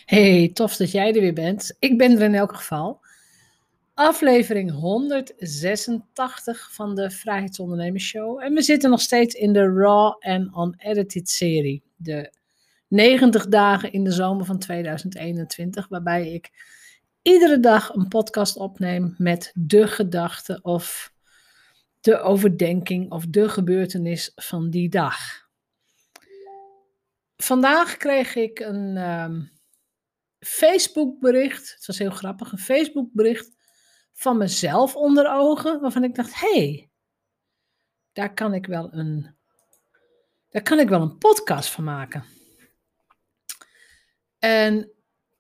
Hey, tof dat jij er weer bent. Ik ben er in elk geval. Aflevering 186 van de Vrijheidsondernemers Show. En we zitten nog steeds in de Raw and Unedited serie. De 90 dagen in de zomer van 2021, waarbij ik iedere dag een podcast opneem met de gedachte of de overdenking of de gebeurtenis van die dag. Vandaag kreeg ik een Facebookbericht. Het was heel grappig. Een Facebookbericht van mezelf onder ogen. Waarvan ik dacht, hey, daar kan ik wel een podcast van maken. En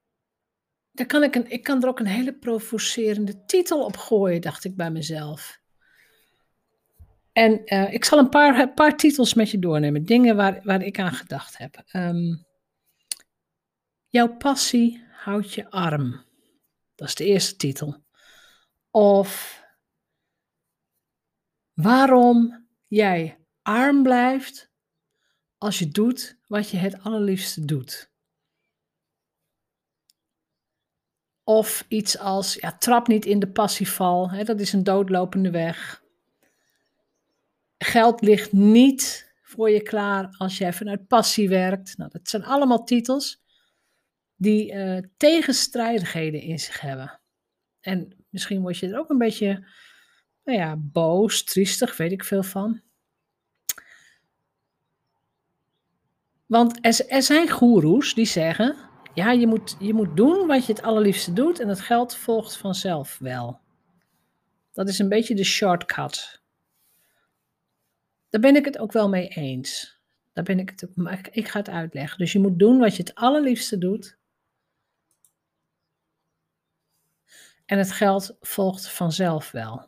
ik kan er ook een hele provocerende titel op gooien, dacht ik bij mezelf. En ik zal een paar titels met je doornemen. Dingen waar ik aan gedacht heb. Jouw passie houdt je arm. Dat is de eerste titel. Of waarom jij arm blijft als je doet wat je het allerliefste doet. Of iets als, trap niet in de passieval, dat is een doodlopende weg. Geld ligt niet voor je klaar als jij vanuit passie werkt. Nou, dat zijn allemaal titels die tegenstrijdigheden in zich hebben. En misschien word je er ook een beetje, boos, triestig, weet ik veel van. Want er zijn goeroes die zeggen, ja, je moet doen wat je het allerliefste doet en het geld volgt vanzelf wel. Dat is een beetje de shortcut. Daar ben ik het ook wel mee eens. Maar ik ga het uitleggen. Dus je moet doen wat je het allerliefste doet. En het geld volgt vanzelf wel.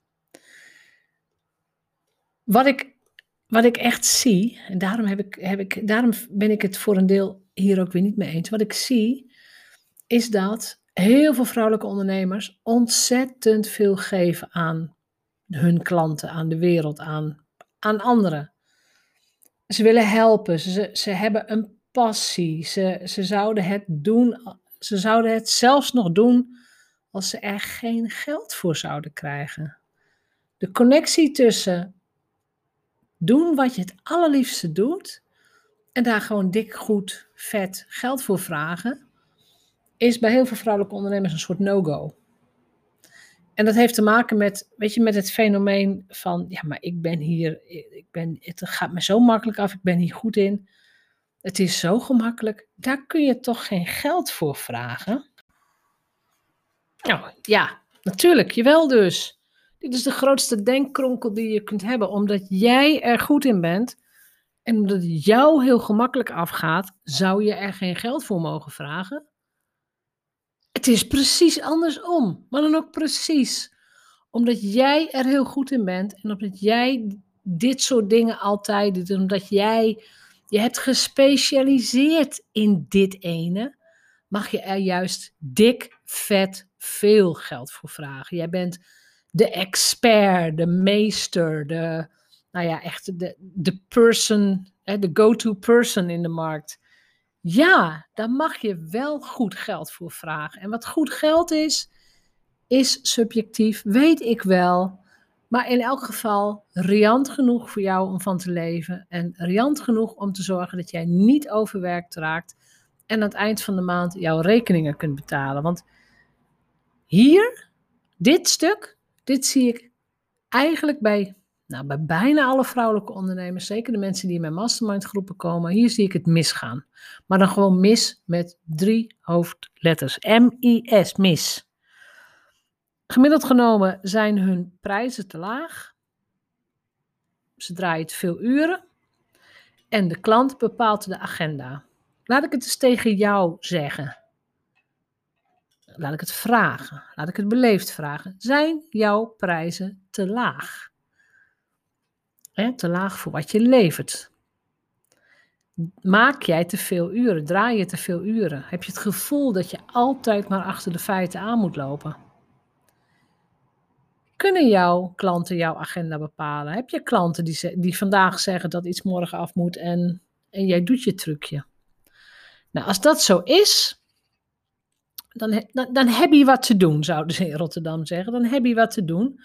Wat ik echt zie, en daarom ben ik het voor een deel hier ook weer niet mee eens. Wat ik zie, is dat heel veel vrouwelijke ondernemers ontzettend veel geven aan hun klanten, aan de wereld, aan anderen. Ze willen helpen, ze hebben een passie, ze zouden het doen, ze zouden het zelfs nog doen als ze er geen geld voor zouden krijgen. De connectie tussen doen wat je het allerliefste doet en daar gewoon dik, goed, vet geld voor vragen, is bij heel veel vrouwelijke ondernemers een soort no-go. En dat heeft te maken met het fenomeen van, ja, maar het gaat me zo makkelijk af, ik ben hier goed in. Het is zo gemakkelijk, daar kun je toch geen geld voor vragen? Nou, ja, natuurlijk, jawel dus. Dit is de grootste denkkronkel die je kunt hebben, omdat jij er goed in bent en omdat het jou heel gemakkelijk afgaat, zou je er geen geld voor mogen vragen? Het is precies andersom, maar dan ook precies. Omdat jij er heel goed in bent en omdat jij dit soort dingen altijd doet, en omdat je hebt gespecialiseerd in dit ene, mag je er juist dik, vet, veel geld voor vragen. Jij bent de expert, de meester, de person, de go-to person in de markt. Ja, daar mag je wel goed geld voor vragen. En wat goed geld is subjectief, weet ik wel. Maar in elk geval riant genoeg voor jou om van te leven. En riant genoeg om te zorgen dat jij niet overwerkt raakt. En aan het eind van de maand jouw rekeningen kunt betalen. Want hier, dit zie ik eigenlijk bij bijna alle vrouwelijke ondernemers. Zeker de mensen die in mijn mastermind groepen komen. Hier zie ik het misgaan. Maar dan gewoon mis met 3 hoofdletters. M-I-S, mis. Gemiddeld genomen zijn hun prijzen te laag. Ze draaien te veel uren. En de klant bepaalt de agenda. Laat ik het eens tegen jou zeggen. Laat ik het vragen. Laat ik het beleefd vragen. Zijn jouw prijzen te laag? Te laag voor wat je levert. Maak jij te veel uren? Draai je te veel uren? Heb je het gevoel dat je altijd maar achter de feiten aan moet lopen? Kunnen jouw klanten jouw agenda bepalen? Heb je klanten die vandaag zeggen dat iets morgen af moet en jij doet je trucje? Nou, als dat zo is, dan heb je wat te doen, zouden ze in Rotterdam zeggen. Dan heb je wat te doen.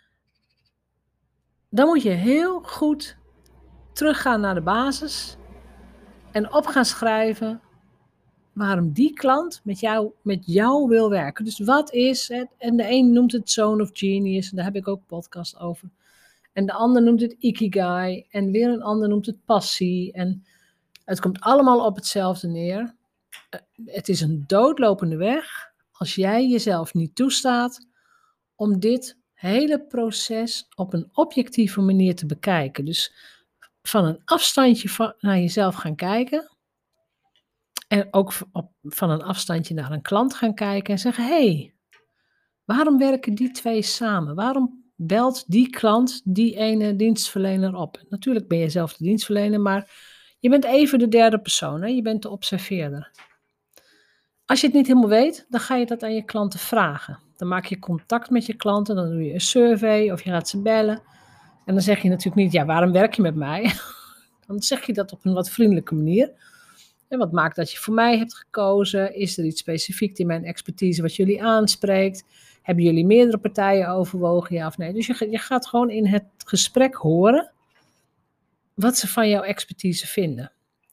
Dan moet je heel goed teruggaan naar de basis en op gaan schrijven waarom die klant met jou wil werken. Dus wat is het? En de een noemt het Zone of Genius, daar heb ik ook een podcast over. En de ander noemt het Ikigai en weer een ander noemt het passie. En het komt allemaal op hetzelfde neer. Het is een doodlopende weg als jij jezelf niet toestaat om dit hele proces op een objectieve manier te bekijken. Dus van een afstandje naar jezelf gaan kijken. En ook van een afstandje naar een klant gaan kijken en zeggen: hey, waarom werken die twee samen? Waarom belt die klant die ene dienstverlener op? Natuurlijk ben je zelf de dienstverlener, maar je bent even de derde persoon. Hè? Je bent de observeerder. Als je het niet helemaal weet, dan ga je dat aan je klanten vragen. Dan maak je contact met je klanten, dan doe je een survey of je gaat ze bellen. En dan zeg je natuurlijk niet: ja, waarom werk je met mij? Dan zeg je dat op een wat vriendelijke manier. En wat maakt dat je voor mij hebt gekozen? Is er iets specifiek in mijn expertise wat jullie aanspreekt? Hebben jullie meerdere partijen overwogen, ja of nee? Dus je gaat gewoon in het gesprek horen wat ze van jouw expertise vinden.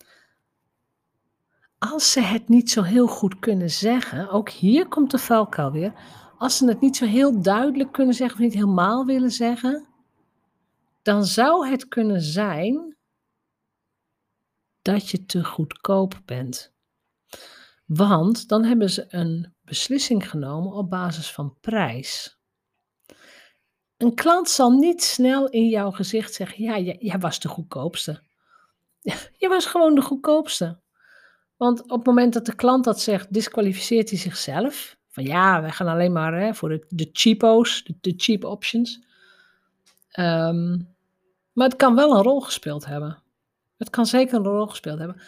Als ze het niet zo heel goed kunnen zeggen, ook hier komt de valkuil weer. Als ze het niet zo heel duidelijk kunnen zeggen of niet helemaal willen zeggen, dan zou het kunnen zijn dat je te goedkoop bent. Want dan hebben ze een beslissing genomen op basis van prijs. Een klant zal niet snel in jouw gezicht zeggen: ja, jij was de goedkoopste. Je was gewoon de goedkoopste. Want op het moment dat de klant dat zegt, disqualificeert hij zichzelf. Van ja, wij gaan alleen maar voor de cheapo's, de cheap options. Maar het kan wel een rol gespeeld hebben. Het kan zeker een rol gespeeld hebben.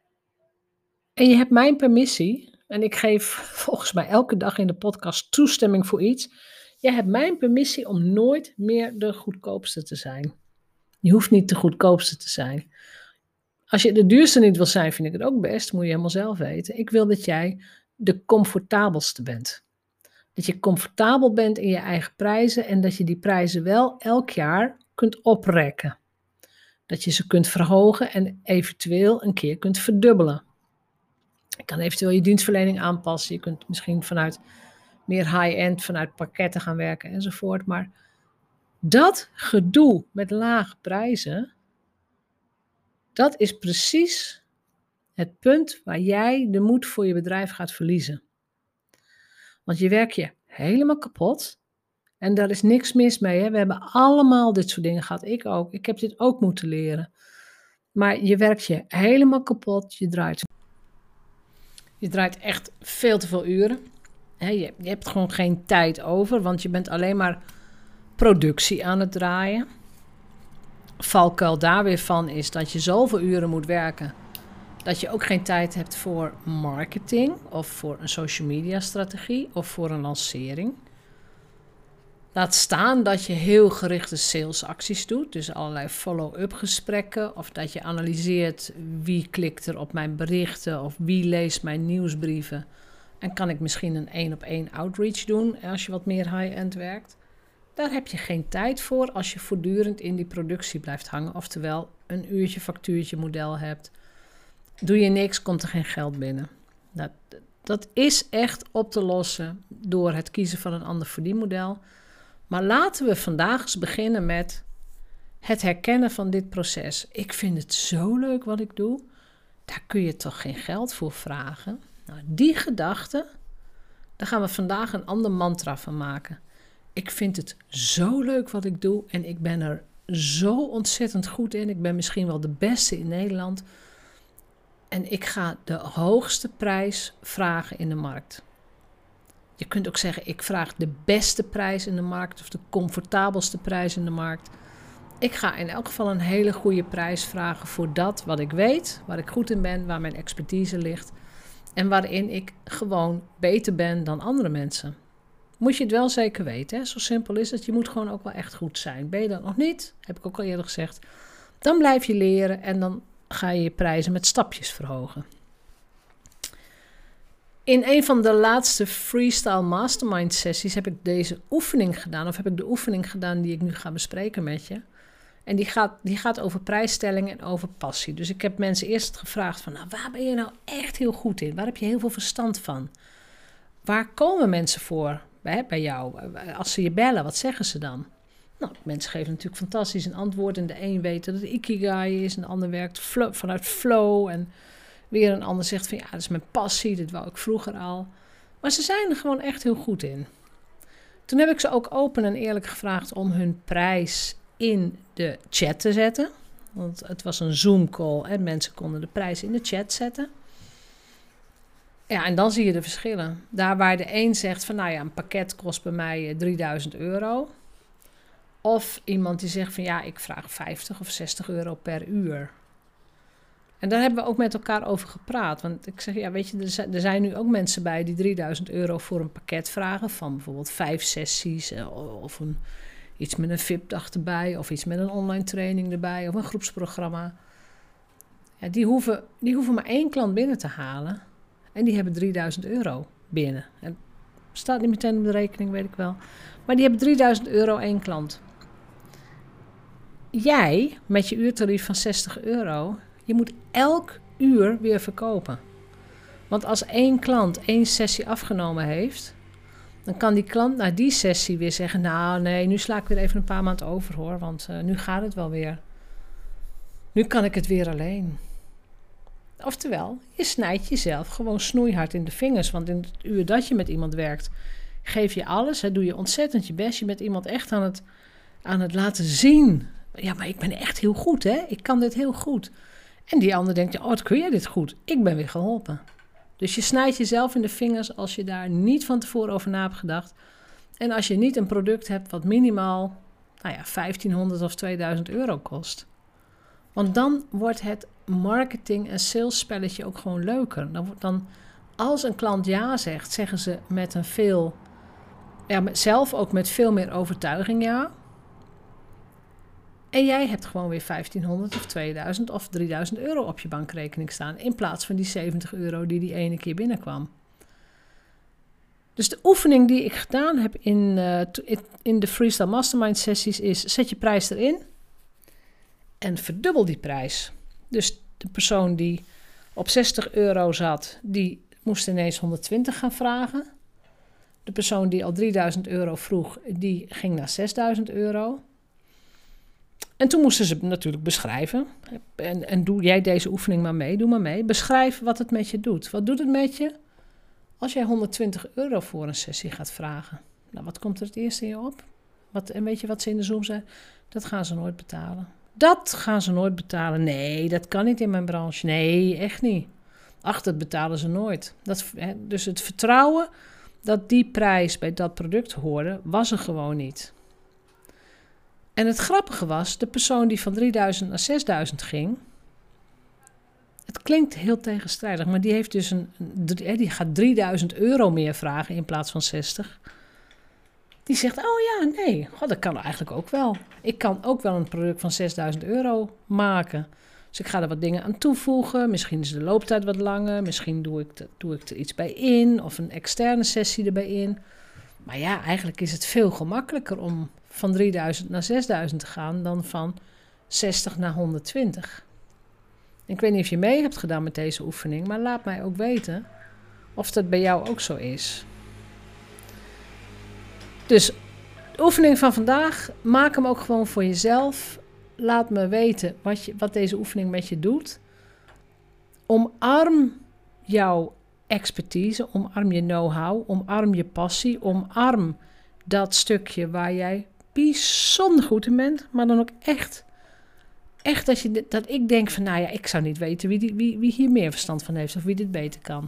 En je hebt mijn permissie, en ik geef volgens mij elke dag in de podcast toestemming voor iets. Je hebt mijn permissie om nooit meer de goedkoopste te zijn. Je hoeft niet de goedkoopste te zijn. Als je de duurste niet wil zijn, vind ik het ook best. Moet je helemaal zelf weten. Ik wil dat jij de comfortabelste bent. Dat je comfortabel bent in je eigen prijzen en dat je die prijzen wel elk jaar kunt oprekken. Dat je ze kunt verhogen en eventueel een keer kunt verdubbelen. Je kan eventueel je dienstverlening aanpassen. Je kunt misschien vanuit meer high-end, vanuit pakketten gaan werken enzovoort. Maar dat gedoe met lage prijzen, dat is precies het punt waar jij de moed voor je bedrijf gaat verliezen. Want je werkt je helemaal kapot. En daar is niks mis mee. Hè? We hebben allemaal dit soort dingen gehad. Ik ook. Ik heb dit ook moeten leren. Maar je werkt je helemaal kapot. Je draait echt veel te veel uren. Je hebt gewoon geen tijd over. Want je bent alleen maar productie aan het draaien. Valkuil daar weer van is dat je zoveel uren moet werken dat je ook geen tijd hebt voor marketing of voor een social media strategie of voor een lancering. Laat staan dat je heel gerichte salesacties doet, dus allerlei follow-up gesprekken of dat je analyseert wie klikt er op mijn berichten of wie leest mijn nieuwsbrieven en kan ik misschien een 1-op-1 outreach doen als je wat meer high-end werkt. Daar heb je geen tijd voor als je voortdurend in die productie blijft hangen, oftewel een uurtje factuurtje model hebt. Doe je niks, komt er geen geld binnen. Dat is echt op te lossen door het kiezen van een ander verdienmodel. Maar laten we vandaag eens beginnen met het herkennen van dit proces. Ik vind het zo leuk wat ik doe. Daar kun je toch geen geld voor vragen? Nou, die gedachte, daar gaan we vandaag een ander mantra van maken. Ik vind het zo leuk wat ik doe en ik ben er zo ontzettend goed in. Ik ben misschien wel de beste in Nederland. En ik ga de hoogste prijs vragen in de markt. Je kunt ook zeggen, ik vraag de beste prijs in de markt of de comfortabelste prijs in de markt. Ik ga in elk geval een hele goede prijs vragen voor dat wat ik weet, waar ik goed in ben, waar mijn expertise ligt en waarin ik gewoon beter ben dan andere mensen. Moet je het wel zeker weten, hè? Zo simpel is het. Je moet gewoon ook wel echt goed zijn. Ben je dat nog niet, heb ik ook al eerder gezegd, dan blijf je leren en dan ga je je prijzen met stapjes verhogen. In een van de laatste Freestyle Mastermind sessies heb ik deze oefening gedaan. Of heb ik de oefening gedaan die ik nu ga bespreken met je. En die gaat over prijsstelling en over passie. Dus ik heb mensen eerst gevraagd van, nou, waar ben je nou echt heel goed in? Waar heb je heel veel verstand van? Waar komen mensen voor bij jou? Als ze je bellen, wat zeggen ze dan? Nou, mensen geven natuurlijk fantastisch een antwoord. En de een weet dat het Ikigai is, en de ander werkt vanuit flow. En weer een ander zegt van, ja, dat is mijn passie, dit wou ik vroeger al. Maar ze zijn er gewoon echt heel goed in. Toen heb ik ze ook open en eerlijk gevraagd om hun prijs in de chat te zetten. Want het was een Zoom-call en mensen konden de prijs in de chat zetten. Ja, en dan zie je de verschillen. Daar waar de een zegt van, nou ja, een pakket kost bij mij €3000. Of iemand die zegt van, ja, ik vraag 50 of 60 euro per uur. En daar hebben we ook met elkaar over gepraat. Want ik zeg, ja, weet je, er zijn nu ook mensen bij die €3000 voor een pakket vragen. Van bijvoorbeeld 5 sessies of iets met een VIP-dag erbij. Of iets met een online training erbij. Of een groepsprogramma. Ja, die hoeven maar 1 klant binnen te halen. En die hebben €3000 binnen. En staat niet meteen op de rekening, weet ik wel. Maar die hebben €3000 1 klant. Jij, met je uurtarief van €60... je moet elk uur weer verkopen. Want als 1 klant 1 sessie afgenomen heeft, dan kan die klant na die sessie weer zeggen, nou nee, nu sla ik weer even een paar maanden over hoor, want nu gaat het wel weer. Nu kan ik het weer alleen. Oftewel, je snijdt jezelf gewoon snoeihard in de vingers, want in het uur dat je met iemand werkt, geef je alles, doe je ontzettend je best, je bent iemand echt aan het laten zien. Ja, maar ik ben echt heel goed, hè? Ik kan dit heel goed. En die ander denkt, oh, wat kun jij dit goed? Ik ben weer geholpen. Dus je snijdt jezelf in de vingers als je daar niet van tevoren over na hebt gedacht. En als je niet een product hebt wat minimaal €1500 of €2000 kost. Want dan wordt het marketing- en salesspelletje ook gewoon leuker. Dan als een klant ja zegt, zeggen ze met zelf ook met veel meer overtuiging ja. En jij hebt gewoon weer €1500 of €2000 of €3000 op je bankrekening staan. In plaats van die €70 die ene keer binnenkwam. Dus de oefening die ik gedaan heb in de Freestyle Mastermind sessies is, zet je prijs erin. En verdubbel die prijs. Dus de persoon die op €60 zat, die moest ineens 120 gaan vragen. De persoon die al €3000 vroeg, die ging naar €6000. En toen moesten ze natuurlijk beschrijven. En doe jij deze oefening maar mee, doe maar mee. Beschrijf wat het met je doet. Wat doet het met je als jij €120 voor een sessie gaat vragen? Nou, wat komt er het eerste in je op? En weet je wat ze in de Zoom zei? Dat gaan ze nooit betalen. Dat gaan ze nooit betalen. Nee, dat kan niet in mijn branche. Nee, echt niet. Ach, dat betalen ze nooit. Dus het vertrouwen dat die prijs bij dat product hoorde, was er gewoon niet. En het grappige was, de persoon die van 3000 naar 6000 ging, het klinkt heel tegenstrijdig, maar die heeft dus die gaat €3000 meer vragen in plaats van 60. Die zegt, oh ja, nee, dat kan eigenlijk ook wel. Ik kan ook wel een product van €6000 maken. Dus ik ga er wat dingen aan toevoegen. Misschien is de looptijd wat langer. Misschien doe ik er iets bij in. Of een externe sessie erbij in. Maar ja, eigenlijk is het veel gemakkelijker om van 3000 naar 6000 te gaan dan van 60 naar 120. Ik weet niet of je mee hebt gedaan met deze oefening, maar laat mij ook weten of dat bij jou ook zo is. Dus de oefening van vandaag, maak hem ook gewoon voor jezelf. Laat me weten wat deze oefening met je doet. Omarm jouw expertise, omarm je know-how, omarm je passie, omarm dat stukje waar jij bijzonder goed in bent, maar dan ook echt dat ik denk van, nou ja, ik zou niet weten wie hier meer verstand van heeft of wie dit beter kan.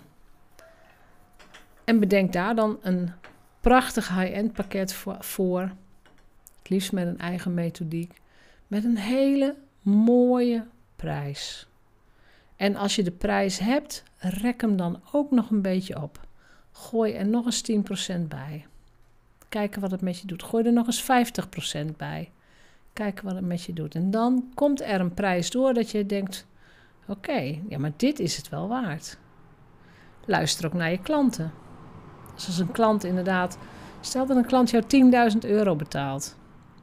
En bedenk daar dan een prachtig high-end pakket voor, het liefst met een eigen methodiek, met een hele mooie prijs. En als je de prijs hebt, rek hem dan ook nog een beetje op. Gooi er nog eens 10% bij. Kijken wat het met je doet. Gooi er nog eens 50% bij. Kijken wat het met je doet. En dan komt er een prijs door dat je denkt, oké, ja, maar dit is het wel waard. luister ook naar je klanten. Dus als een klant inderdaad, stel dat een klant jou €10.000 betaalt.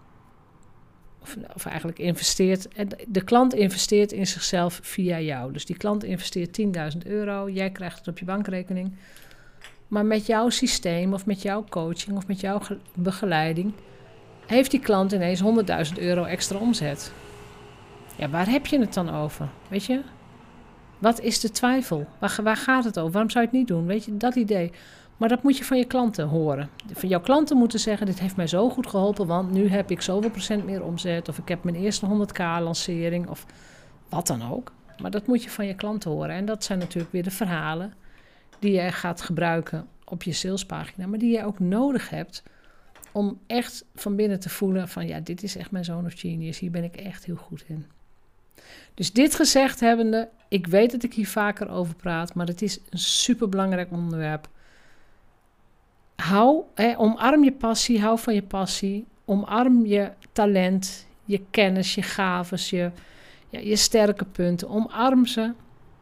Of eigenlijk investeert. De klant investeert in zichzelf via jou. Dus die klant investeert €10.000. Jij krijgt het op je bankrekening. Maar met jouw systeem of met jouw coaching of met jouw begeleiding heeft die klant ineens €100.000 extra omzet. Ja, waar heb je het dan over? Weet je? Wat is de twijfel? Waar gaat het over? Waarom zou je het niet doen? Weet je, dat idee. Maar dat moet je van je klanten horen. Van jouw klanten moeten zeggen, dit heeft mij zo goed geholpen, want nu heb ik zoveel procent meer omzet. Of ik heb mijn eerste 100k lancering of wat dan ook. Maar dat moet je van je klanten horen. En dat zijn natuurlijk weer de verhalen die jij gaat gebruiken op je salespagina. Maar die je ook nodig hebt om echt van binnen te voelen van ja, dit is echt mijn zone of genius. Hier ben ik echt heel goed in. Dus dit gezegd hebbende, ik weet dat ik hier vaker over praat, maar het is een superbelangrijk onderwerp. Omarm je passie, hou van je passie. Omarm je talent, je kennis, je gaves, je sterke punten. Omarm ze.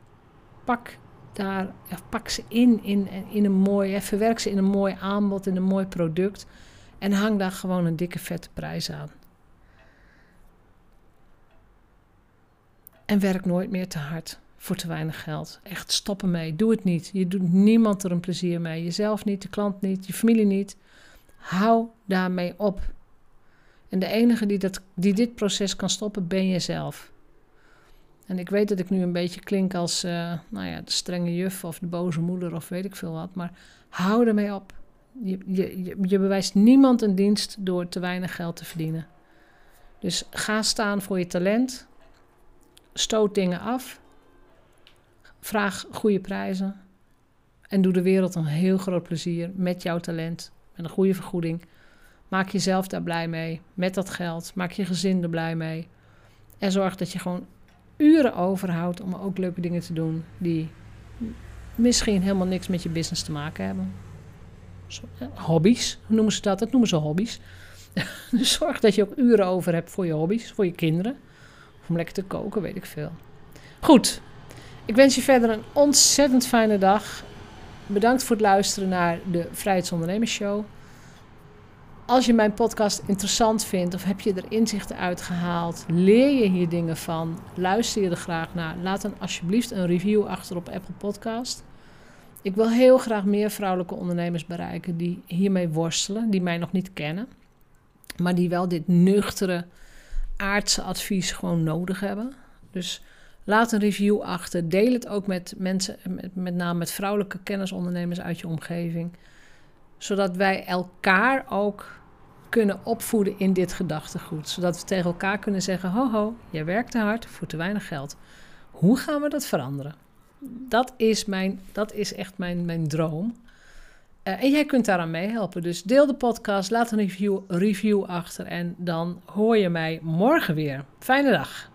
Pak ze in een mooi, verwerk ze in een mooi aanbod, in een mooi product. En hang daar gewoon een dikke vette prijs aan. En werk nooit meer te hard voor te weinig geld. Echt, stop ermee. Doe het niet. Je doet niemand er een plezier mee. Jezelf niet, de klant niet, je familie niet. Hou daarmee op. En de enige die dit proces kan stoppen, ben jezelf. En ik weet dat ik nu een beetje klink als de strenge juf of de boze moeder of weet ik veel wat. Maar hou ermee op. Je bewijst niemand een dienst door te weinig geld te verdienen. Dus ga staan voor je talent. Stoot dingen af. Vraag goede prijzen. En doe de wereld een heel groot plezier met jouw talent. Met een goede vergoeding. Maak jezelf daar blij mee. Met dat geld. Maak je gezin er blij mee. En zorg dat je gewoon uren overhoudt om ook leuke dingen te doen die misschien helemaal niks met je business te maken hebben. Hobby's, hoe noemen ze dat? Dat noemen ze hobby's. Dus zorg dat je ook uren over hebt voor je hobby's, voor je kinderen. Of om lekker te koken, weet ik veel. Goed, ik wens je verder een ontzettend fijne dag. Bedankt voor het luisteren naar de Vrijheidsondernemersshow. Als je mijn podcast interessant vindt of heb je er inzichten uitgehaald, leer je hier dingen van, luister je er graag naar, laat dan alsjeblieft een review achter op Apple Podcast. Ik wil heel graag meer vrouwelijke ondernemers bereiken die hiermee worstelen, die mij nog niet kennen, maar die wel dit nuchtere aardse advies gewoon nodig hebben. Dus laat een review achter, deel het ook met mensen, met name met vrouwelijke kennisondernemers uit je omgeving, zodat wij elkaar ook kunnen opvoeden in dit gedachtegoed. Zodat we tegen elkaar kunnen zeggen, ho, jij werkt te hard voor te weinig geld. Hoe gaan we dat veranderen? Dat is echt mijn droom. En jij kunt daaraan meehelpen. Dus deel de podcast, laat een review achter en dan hoor je mij morgen weer. Fijne dag.